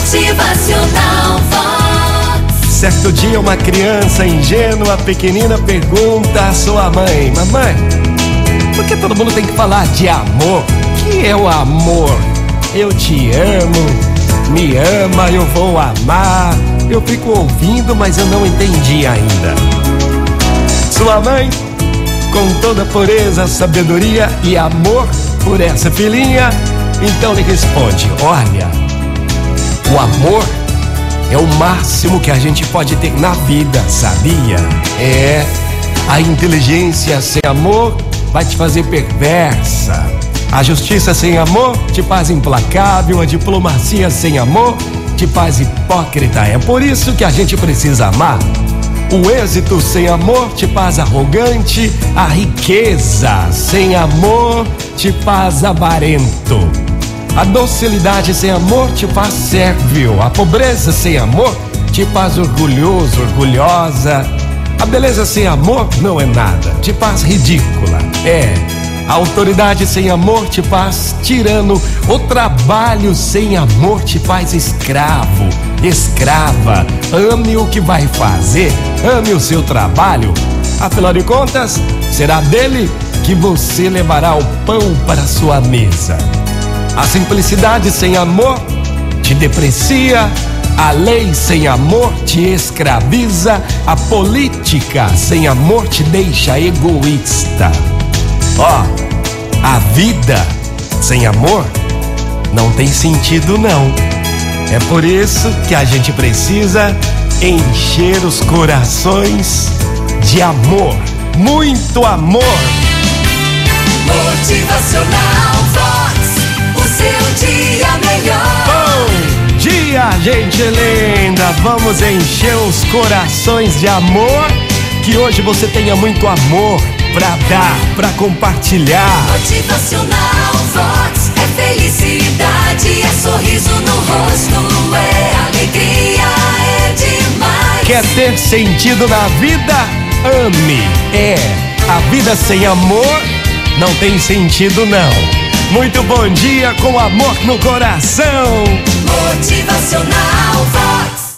Motivacional Vox. Certo dia uma criança ingênua, pequenina, pergunta à sua mãe: mamãe, por que todo mundo tem que falar de amor? O que é o amor? Eu te amo, me ama, eu vou amar. Eu fico ouvindo, mas eu não entendi ainda. Sua mãe, com toda pureza, sabedoria e amor por essa filhinha, então lhe responde: olha, o amor é o máximo que a gente pode ter na vida, sabia? A inteligência sem amor vai te fazer perversa. A justiça sem amor te faz implacável. A diplomacia sem amor te faz hipócrita. É por isso que a gente precisa amar. O êxito sem amor te faz arrogante. A riqueza sem amor te faz avarento. A docilidade sem amor te faz sérvil. A pobreza sem amor te faz orgulhoso, orgulhosa. A beleza sem amor não é nada, te faz ridícula. A autoridade sem amor te faz tirano. O trabalho sem amor te faz escravo, escrava. Ame o que vai fazer, ame o seu trabalho. Afinal de contas, será dele que você levará o pão para sua mesa. A simplicidade sem amor te deprecia. A lei sem amor te escraviza. A política sem amor te deixa egoísta. A vida sem amor não tem sentido, não. É por isso que a gente precisa encher os corações de amor, muito amor. Motivacional Vox, o seu dia melhor. Bom dia, gente linda. Vamos encher os corações de amor. Que hoje você tenha muito amor pra dar, pra compartilhar. Motivacional Vox é felicidade, é sorriso no rosto, é alegria, é demais. Quer ter sentido na vida? Ame. A vida sem amor não tem sentido, não. Muito bom dia com amor no coração. Motivacional Vox.